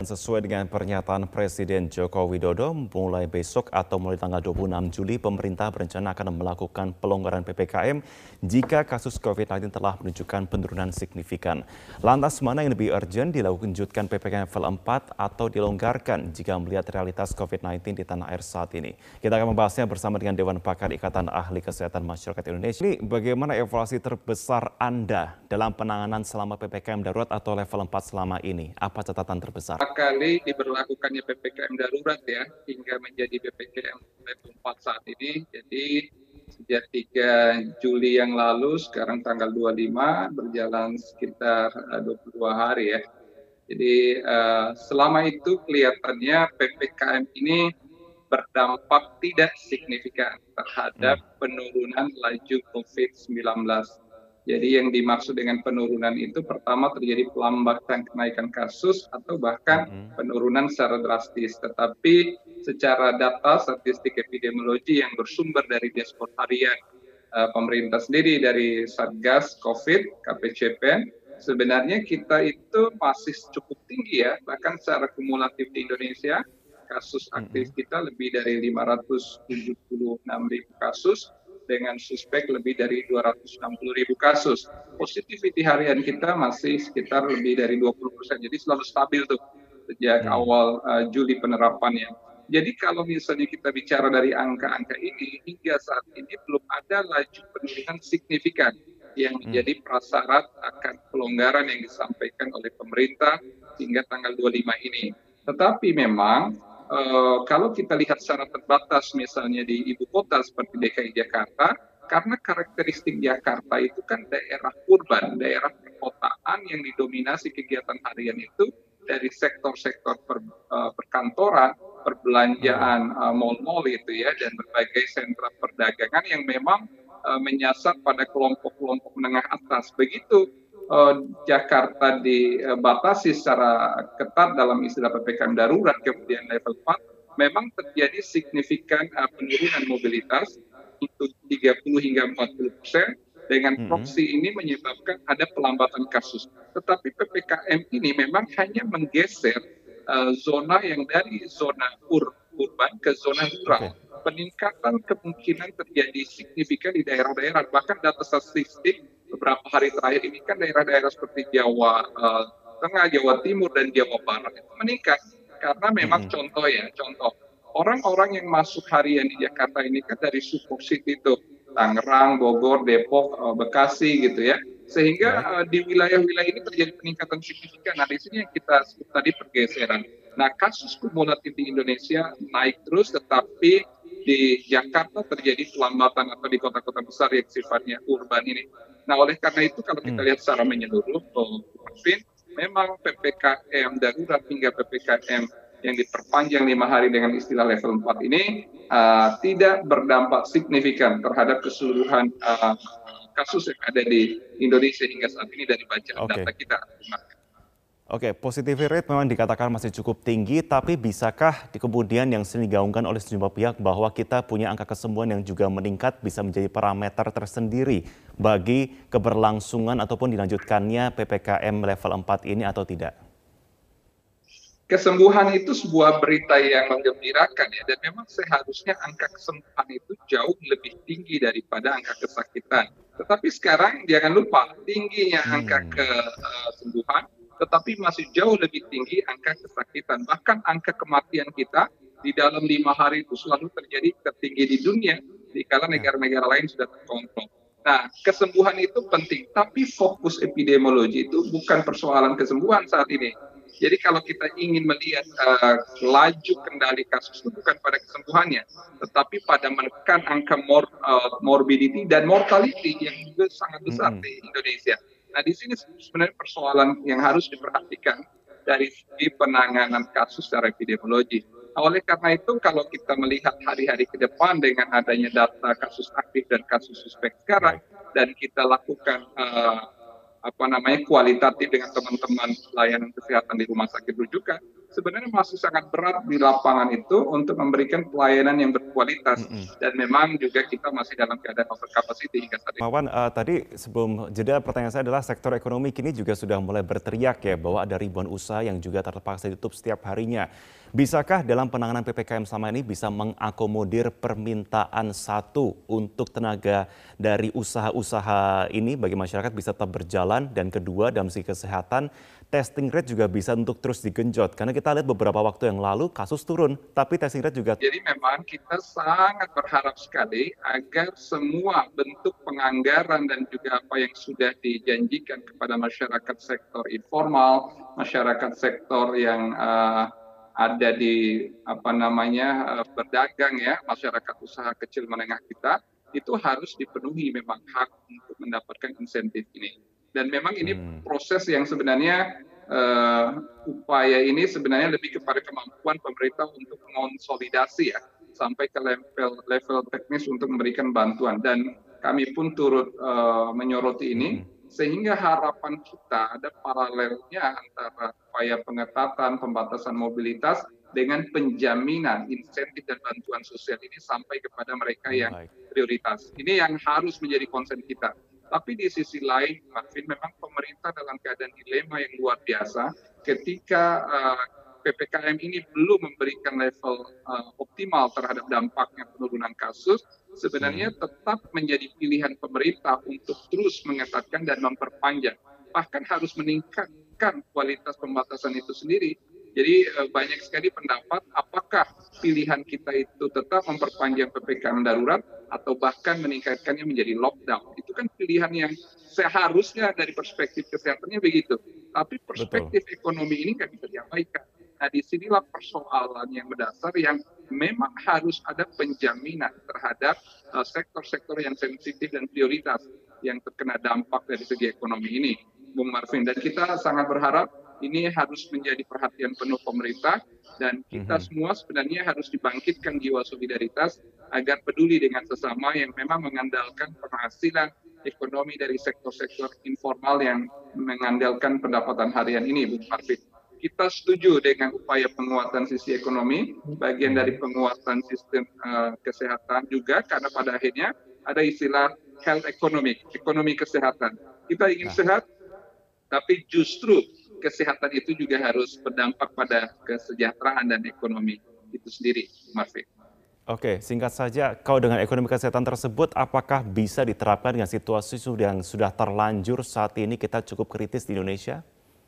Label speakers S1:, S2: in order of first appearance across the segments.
S1: sesuai dengan pernyataan Presiden Joko Widodo, mulai besok atau mulai tanggal 26 Juli, pemerintah berencana akan melakukan pelonggaran PPKM jika kasus COVID-19 telah menunjukkan penurunan signifikan. Lantas mana yang lebih urgent, dilanjutkan PPKM level 4 atau dilonggarkan jika melihat realitas COVID-19 di tanah air saat ini? Kita akan membahasnya bersama dengan Dewan Pakar Ikatan Ahli Kesehatan Masyarakat Indonesia. Ini bagaimana evaluasi terbesar Anda dalam penanganan selama PPKM darurat atau level 4 selama ini? Apa catatan terbesar?
S2: Kali diberlakukannya PPKM darurat ya, hingga menjadi PPKM level 4 saat ini. Jadi sejak 3 Juli yang lalu, sekarang tanggal 25, berjalan sekitar 22 hari ya. Jadi selama itu kelihatannya PPKM ini berdampak tidak signifikan terhadap penurunan laju COVID-19. Jadi yang dimaksud dengan penurunan itu pertama terjadi pelambatan kenaikan kasus atau bahkan penurunan secara drastis. Tetapi secara data statistik epidemiologi yang bersumber dari dashboard harian pemerintah sendiri dari Satgas COVID, KPCPEN, sebenarnya kita itu masih cukup tinggi ya, bahkan secara kumulatif di Indonesia kasus aktif kita lebih dari 576.000 kasus, dengan suspek lebih dari 260.000 kasus. Positivity harian kita masih sekitar lebih dari 20%, jadi selalu stabil tuh sejak awal Juli penerapannya. Jadi kalau misalnya kita bicara dari angka-angka ini, hingga saat ini belum ada laju penurunan signifikan yang menjadi prasyarat akan pelonggaran yang disampaikan oleh pemerintah hingga tanggal 25 ini. Tetapi memang kalau kita lihat secara terbatas misalnya di ibu kota seperti DKI Jakarta, karena karakteristik Jakarta itu kan daerah urban, daerah perkotaan yang didominasi kegiatan harian itu dari sektor-sektor perkantoran, perbelanjaan, mal-mal itu ya, dan berbagai sentra perdagangan yang memang menyasar pada kelompok-kelompok menengah atas. Begitu Jakarta dibatasi secara ketat dalam istilah PPKM darurat, kemudian level 4, memang terjadi signifikan penurunan mobilitas, itu 30 hingga 40%, dengan proksi ini menyebabkan ada pelambatan kasus. Tetapi PPKM ini memang hanya menggeser zona yang dari zona urban ke zona rural. Peningkatan kemungkinan terjadi signifikan di daerah-daerah, bahkan data statistik beberapa hari terakhir ini kan daerah-daerah seperti Jawa Tengah, Jawa Timur, dan Jawa Barat itu meningkat. Karena memang contoh orang-orang yang masuk harian di Jakarta ini kan dari support city itu, Tangerang, Bogor, Depok, Bekasi gitu ya. Sehingga di wilayah-wilayah ini terjadi peningkatan signifikan. Nah, di sini yang kita sebut tadi pergeseran. Nah, kasus kumulatif di Indonesia naik terus, tetapi di Jakarta terjadi pelambatan atau di kota-kota besar yang sifatnya urban ini. Nah, oleh karena itu kalau kita lihat secara menyeluruh, memang PPKM darurat hingga PPKM yang diperpanjang 5 hari dengan istilah level 4 ini tidak berdampak signifikan terhadap keseluruhan kasus yang ada di Indonesia hingga saat ini dari bacaan data kita.
S1: Oke, positivity rate memang dikatakan masih cukup tinggi, tapi bisakah di kemudian yang sering digaungkan oleh sejumlah pihak bahwa kita punya angka kesembuhan yang juga meningkat bisa menjadi parameter tersendiri bagi keberlangsungan ataupun dilanjutkannya PPKM level 4 ini atau tidak?
S2: Kesembuhan itu sebuah berita yang menggembirakan ya, dan memang seharusnya angka kesembuhan itu jauh lebih tinggi daripada angka kesakitan. Tetapi sekarang jangan lupa tingginya angka kesembuhan, tetapi masih jauh lebih tinggi angka kesakitan. Bahkan angka kematian kita di dalam 5 hari itu selalu terjadi tertinggi di dunia, dikala negara-negara lain sudah terkontrol. Nah, kesembuhan itu penting, tapi fokus epidemiologi itu bukan persoalan kesembuhan saat ini. Jadi kalau kita ingin melihat laju kendali kasus itu bukan pada kesembuhannya, tetapi pada menekan angka morbidity dan mortality yang juga sangat besar di Indonesia. Nah, di sini sebenarnya persoalan yang harus diperhatikan dari segi penanganan kasus secara epidemiologi. Nah, oleh karena itu, kalau kita melihat hari-hari ke depan dengan adanya data kasus aktif dan kasus suspek sekarang, dan kita lakukan kualitatif dengan teman-teman layanan kesehatan di rumah sakit rujukan, sebenarnya masih sangat berat di lapangan itu untuk memberikan pelayanan yang berkualitas. Dan memang juga kita masih dalam keadaan over capacity hingga saat ini.
S1: Wawan, tadi sebelum jeda pertanyaan saya adalah sektor ekonomi kini juga sudah mulai berteriak ya bahwa ada ribuan usaha yang juga terpaksa ditutup setiap harinya. Bisakah dalam penanganan PPKM selama ini bisa mengakomodir permintaan satu untuk tenaga dari usaha-usaha ini bagi masyarakat bisa tetap berjalan, dan kedua dalam segi kesehatan testing rate juga bisa untuk terus digenjot karena kita lihat beberapa waktu yang lalu kasus turun tapi testing rate juga.
S2: Jadi memang kita sangat berharap sekali agar semua bentuk penganggaran dan juga apa yang sudah dijanjikan kepada masyarakat sektor informal, masyarakat sektor yang ada di berdagang ya, masyarakat usaha kecil menengah kita, itu harus dipenuhi memang hak untuk mendapatkan insentif ini. Dan memang ini proses yang sebenarnya upaya ini sebenarnya lebih kepada kemampuan pemerintah untuk mengonsolidasi ya sampai ke level teknis untuk memberikan bantuan, dan kami pun turut menyoroti ini sehingga harapan kita ada paralelnya antara upaya pengetatan pembatasan mobilitas dengan penjaminan insentif dan bantuan sosial ini sampai kepada mereka yang prioritas. Ini yang harus menjadi concern kita. Tapi di sisi lain, Marvin, memang pemerintah dalam keadaan dilema yang luar biasa ketika PPKM ini belum memberikan level optimal terhadap dampaknya penurunan kasus, sebenarnya tetap menjadi pilihan pemerintah untuk terus mengetatkan dan memperpanjang. Bahkan harus meningkatkan kualitas pembatasan itu sendiri. Jadi banyak sekali pendapat apakah pilihan kita itu tetap memperpanjang PPKM darurat atau bahkan meningkatkannya menjadi lockdown. Itu kan pilihan yang seharusnya dari perspektif kesehatannya begitu. Tapi perspektif ekonomi ini nggak bisa diabaikan. Nah, disinilah persoalan yang mendasar yang memang harus ada penjaminan terhadap sektor-sektor yang sensitif dan prioritas yang terkena dampak dari segi ekonomi ini, Bung Marvin. Dan kita sangat berharap ini harus menjadi perhatian penuh pemerintah, dan kita semua sebenarnya harus dibangkitkan jiwa solidaritas agar peduli dengan sesama yang memang mengandalkan penghasilan ekonomi dari sektor-sektor informal yang mengandalkan pendapatan harian ini, Bung Marvin. Kita setuju dengan upaya penguatan sisi ekonomi, bagian dari penguatan sistem kesehatan juga, karena pada akhirnya ada istilah health economic, ekonomi kesehatan. Kita ingin sehat, tapi justru kesehatan itu juga harus berdampak pada kesejahteraan dan ekonomi itu sendiri, Marvin.
S1: Oke, singkat saja, kalau dengan ekonomi kesehatan tersebut, apakah bisa diterapkan dengan situasi yang sudah terlanjur saat ini kita cukup kritis di Indonesia?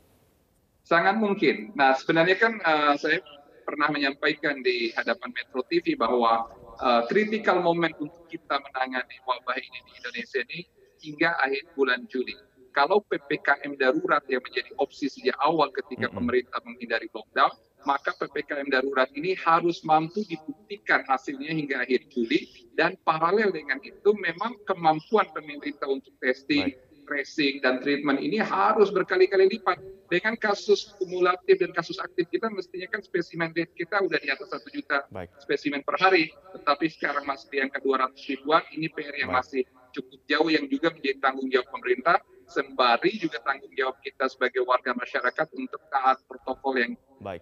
S2: Sangat mungkin. Nah, sebenarnya kan saya pernah menyampaikan di hadapan Metro TV bahwa critical moment untuk kita menangani wabah ini di Indonesia ini hingga akhir bulan Juli. Kalau PPKM darurat yang menjadi opsi sejak awal ketika pemerintah menghindari lockdown, maka PPKM darurat ini harus mampu dibuktikan hasilnya hingga akhir Juli, dan paralel dengan itu memang kemampuan pemerintah untuk testing, tracing, dan treatment ini harus berkali-kali lipat. Dengan kasus kumulatif dan kasus aktif kita, mestinya kan spesimen rate kita udah di atas 1 juta spesimen per hari, tetapi sekarang masih di angka 200 ribuan. Ini PR yang masih cukup jauh, yang juga menjadi tanggung jawab pemerintah, sembari juga tanggung jawab kita sebagai warga masyarakat untuk taat protokol yang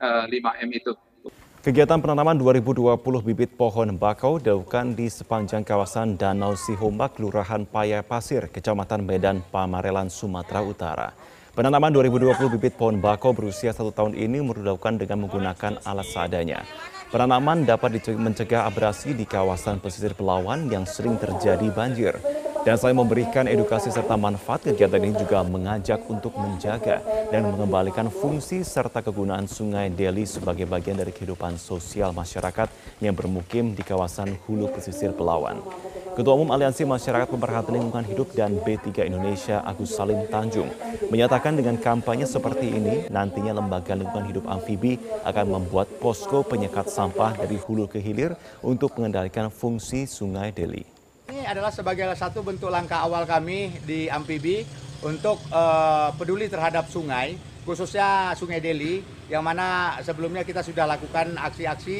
S2: 5M itu.
S1: Kegiatan penanaman 2020 bibit pohon bakau dilakukan di sepanjang kawasan Danau Sihombak, Kelurahan Paya Pasir, Kecamatan Medan, Pamarelan, Sumatera Utara. Penanaman 2020 bibit pohon bakau berusia 1 tahun ini dilakukan dengan menggunakan alat seadanya. Penanaman dapat mencegah abrasi di kawasan pesisir Belawan yang sering terjadi banjir. Dan selain memberikan edukasi serta manfaat, kegiatan ini juga mengajak untuk menjaga dan mengembalikan fungsi serta kegunaan Sungai Deli sebagai bagian dari kehidupan sosial masyarakat yang bermukim di kawasan hulu pesisir Belawan. Ketua Umum Aliansi Masyarakat Pemerhati Lingkungan Hidup dan B3 Indonesia, Agus Salim Tanjung, menyatakan dengan kampanye seperti ini, nantinya Lembaga Lingkungan Hidup Amfibi akan membuat posko penyekat sampah dari hulu ke hilir untuk mengendalikan fungsi Sungai Deli.
S3: Ini adalah sebagai satu bentuk langkah awal kami di Amfibi untuk peduli terhadap sungai, khususnya Sungai Deli, yang mana sebelumnya kita sudah lakukan aksi-aksi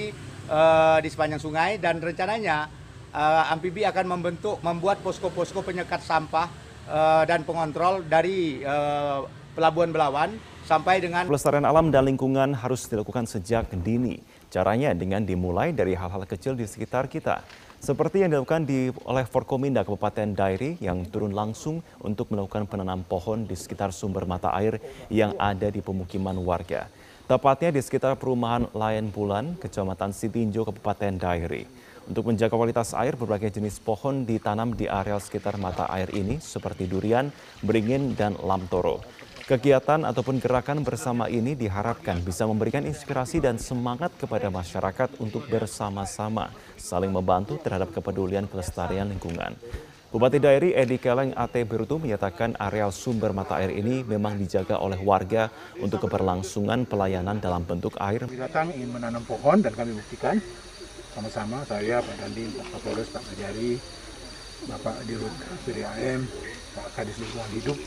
S3: di sepanjang sungai, dan rencananya Amfibi akan membuat posko-posko penyekat sampah dan pengontrol dari Pelabuhan Belawan sampai dengan
S1: Pelestarian alam dan lingkungan harus dilakukan sejak dini. Caranya dengan dimulai dari hal-hal kecil di sekitar kita. Seperti yang dilakukan oleh Forkominda Kabupaten Dairi yang turun langsung untuk melakukan penanam pohon di sekitar sumber mata air yang ada di pemukiman warga. Tepatnya di sekitar perumahan Layan Bulan, Kecamatan Sitinjo, Kabupaten Dairi. Untuk menjaga kualitas air, berbagai jenis pohon ditanam di areal sekitar mata air ini seperti durian, beringin, dan lamtoro. Kegiatan ataupun gerakan bersama ini diharapkan bisa memberikan inspirasi dan semangat kepada masyarakat untuk bersama-sama saling membantu terhadap kepedulian pelestarian lingkungan. Bupati Dairi Edi Keleng A.T. Berutu menyatakan areal sumber mata air ini memang dijaga oleh warga untuk keberlangsungan pelayanan dalam bentuk air.
S4: Kami datang ingin menanam pohon dan kami buktikan sama-sama, saya, Pak Dandim, Pak Kapolres, Pak Kajari, Bapak Dirut PDAM, Pak Kadis Lingkungan Hidup.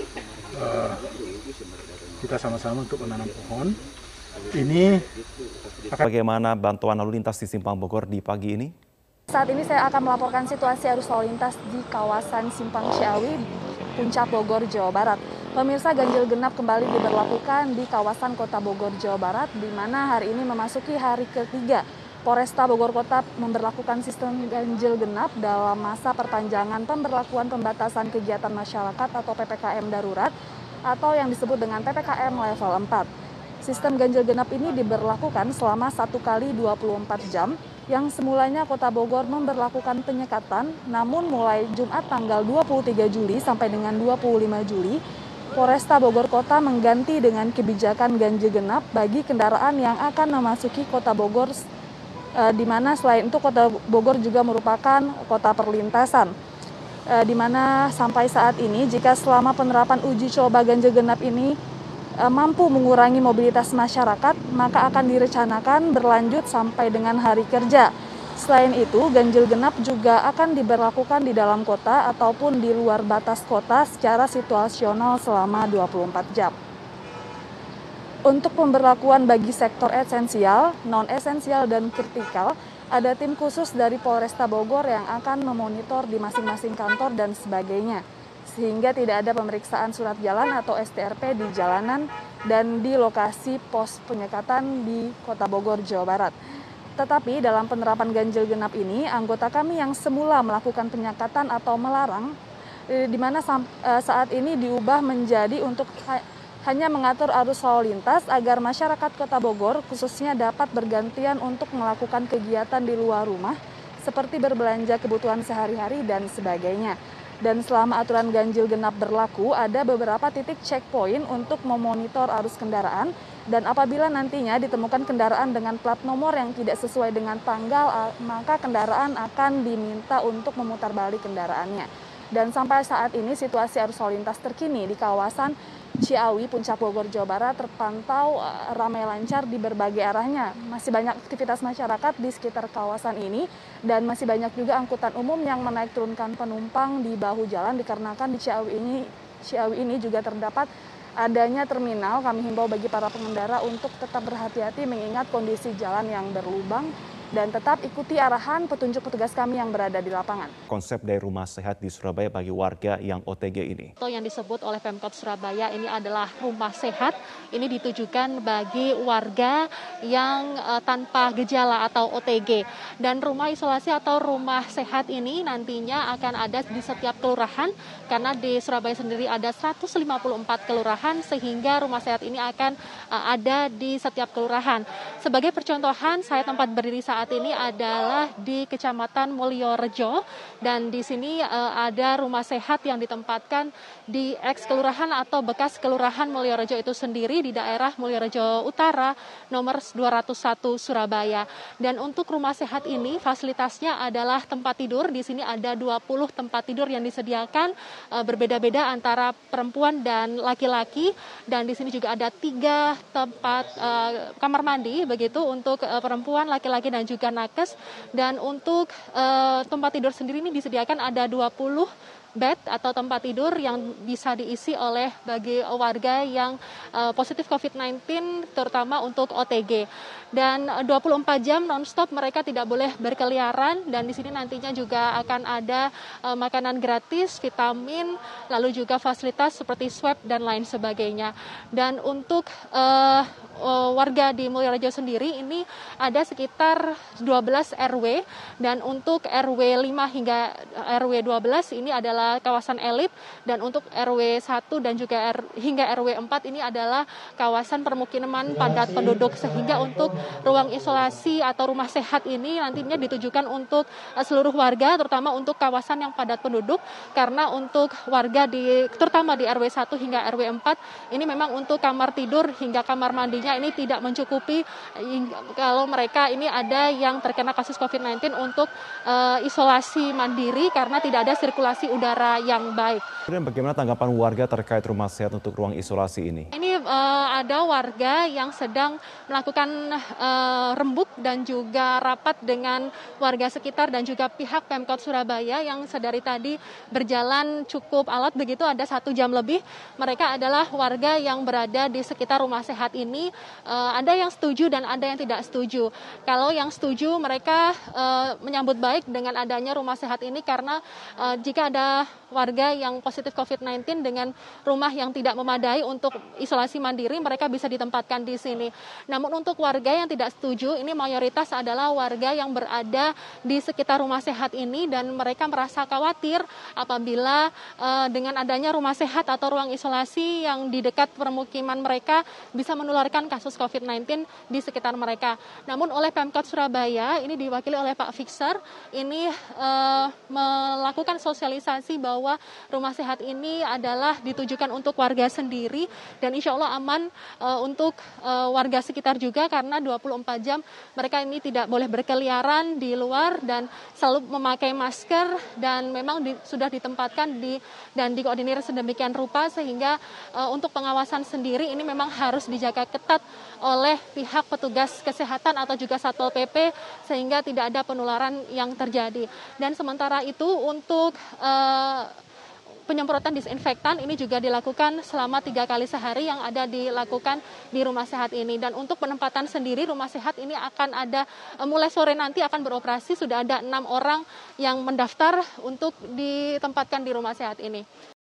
S4: Kita sama-sama untuk menanam pohon. Ini
S1: Bagaimana bantuan lalu lintas di Simpang Bogor di pagi ini?
S5: Saat ini saya akan melaporkan situasi arus lalu lintas di kawasan Simpang Ciawi, Puncak Bogor, Jawa Barat. Pemirsa, ganjil genap kembali diberlakukan di kawasan Kota Bogor, Jawa Barat, di mana hari ini memasuki hari ketiga. Polresta Bogor Kota memberlakukan sistem ganjil genap dalam masa perpanjangan pemberlakuan pembatasan kegiatan masyarakat atau PPKM darurat atau yang disebut dengan PPKM level 4. Sistem ganjil genap ini diberlakukan selama 1 kali 24 jam yang semulanya Kota Bogor memberlakukan penyekatan, namun mulai Jumat tanggal 23 Juli sampai dengan 25 Juli, Polresta Bogor Kota mengganti dengan kebijakan ganjil genap bagi kendaraan yang akan memasuki Kota Bogor, di mana selain itu Kota Bogor juga merupakan kota perlintasan. Di mana sampai saat ini jika selama penerapan uji coba ganjil genap ini mampu mengurangi mobilitas masyarakat, maka akan direncanakan berlanjut sampai dengan hari kerja. Selain itu, ganjil genap juga akan diberlakukan di dalam kota ataupun di luar batas kota secara situasional selama 24 jam. Untuk pemberlakuan bagi sektor esensial, non-esensial, dan kritikal, ada tim khusus dari Polresta Bogor yang akan memonitor di masing-masing kantor dan sebagainya. Sehingga tidak ada pemeriksaan surat jalan atau STRP di jalanan dan di lokasi pos penyekatan di Kota Bogor, Jawa Barat. Tetapi dalam penerapan ganjil genap ini, anggota kami yang semula melakukan penyekatan atau melarang, di mana saat ini diubah menjadi untuk hanya mengatur arus lalu lintas agar masyarakat Kota Bogor khususnya dapat bergantian untuk melakukan kegiatan di luar rumah seperti berbelanja kebutuhan sehari-hari dan sebagainya. Dan selama aturan ganjil genap berlaku, ada beberapa titik checkpoint untuk memonitor arus kendaraan dan apabila nantinya ditemukan kendaraan dengan plat nomor yang tidak sesuai dengan tanggal, maka kendaraan akan diminta untuk memutar balik kendaraannya. Dan sampai saat ini situasi arus lalu lintas terkini di kawasan Ciawi, Puncak Bogor, Jawa Barat terpantau ramai lancar di berbagai arahnya. Masih banyak aktivitas masyarakat di sekitar kawasan ini dan masih banyak juga angkutan umum yang menaik turunkan penumpang di bahu jalan dikarenakan di Ciawi ini juga terdapat adanya terminal. Kami himbau bagi para pengendara untuk tetap berhati-hati mengingat kondisi jalan yang berlubang dan tetap ikuti arahan petunjuk petugas kami yang berada di lapangan.
S1: Konsep dari rumah sehat di Surabaya bagi warga yang OTG ini.
S6: Yang disebut oleh Pemkot Surabaya ini adalah rumah sehat. Ini ditujukan bagi warga yang tanpa gejala atau OTG. Dan rumah isolasi atau rumah sehat ini nantinya akan ada di setiap kelurahan. Karena di Surabaya sendiri ada 154 kelurahan sehingga rumah sehat ini akan ada di setiap kelurahan. Sebagai percontohan, saya tempat berdiri saat ini adalah di Kecamatan Mulyorejo dan di sini ada rumah sehat yang ditempatkan di eks kelurahan atau bekas kelurahan Mulyorejo itu sendiri di daerah Mulyorejo Utara nomor 201 Surabaya. Dan untuk rumah sehat ini fasilitasnya adalah tempat tidur. Di sini ada 20 tempat tidur yang disediakan berbeda-beda antara perempuan dan laki-laki dan di sini juga ada 3 tempat kamar mandi begitu untuk perempuan, laki-laki dan juga nakes. Dan untuk tempat tidur sendiri ini disediakan ada 20 bed atau tempat tidur yang bisa diisi oleh bagi warga yang positif COVID-19, terutama untuk OTG. Dan 24 jam non-stop mereka tidak boleh berkeliaran, dan di sini nantinya juga akan ada makanan gratis, vitamin, lalu juga fasilitas seperti swab dan lain sebagainya. Dan untuk warga di Mulyorejo sendiri ini ada sekitar 12 RW, dan untuk RW 5 hingga RW 12 ini adalah kawasan elit, dan untuk RW 1 dan juga hingga RW 4 ini adalah kawasan permukiman padat penduduk, sehingga untuk ruang isolasi atau rumah sehat ini nantinya ditujukan untuk seluruh warga, terutama untuk kawasan yang padat penduduk, karena untuk warga terutama di RW 1 hingga RW 4 ini memang untuk kamar tidur hingga kamar mandinya ini tidak mencukupi kalau mereka ini ada yang terkena kasus COVID-19 untuk isolasi mandiri karena tidak ada sirkulasi udara yang baik.
S1: Kemudian bagaimana tanggapan warga terkait rumah sehat untuk ruang isolasi ini?
S6: Ini ada warga yang sedang melakukan rembuk dan juga rapat dengan warga sekitar dan juga pihak Pemkot Surabaya yang sedari tadi berjalan cukup alot, begitu ada 1 jam lebih. Mereka adalah warga yang berada di sekitar rumah sehat ini. Ada yang setuju dan ada yang tidak setuju. Kalau yang setuju mereka menyambut baik dengan adanya rumah sehat ini karena jika ada warga yang positif COVID-19 dengan rumah yang tidak memadai untuk isolasi mandiri, mereka bisa ditempatkan di sini. Namun untuk warga yang tidak setuju, ini mayoritas adalah warga yang berada di sekitar rumah sehat ini, dan mereka merasa khawatir apabila dengan adanya rumah sehat atau ruang isolasi yang di dekat permukiman mereka bisa menularkan kasus COVID-19 di sekitar mereka. Namun oleh Pemkot Surabaya, ini diwakili oleh Pak Fixer, ini melakukan sosialisasi bahwa rumah sehat ini adalah ditujukan untuk warga sendiri, dan insya Allah aman untuk warga sekitar juga, karena 24 jam mereka ini tidak boleh berkeliaran di luar dan selalu memakai masker, dan memang sudah ditempatkan dan dikoordinir sedemikian rupa sehingga untuk pengawasan sendiri ini memang harus dijaga ketat oleh pihak petugas kesehatan atau juga Satpol PP sehingga tidak ada penularan yang terjadi. Dan sementara itu untuk penyemprotan disinfektan ini juga dilakukan selama 3 kali sehari yang ada dilakukan di rumah sehat ini. Dan untuk penempatan sendiri, rumah sehat ini akan ada mulai sore nanti akan beroperasi, sudah ada 6 orang yang mendaftar untuk ditempatkan di rumah sehat ini.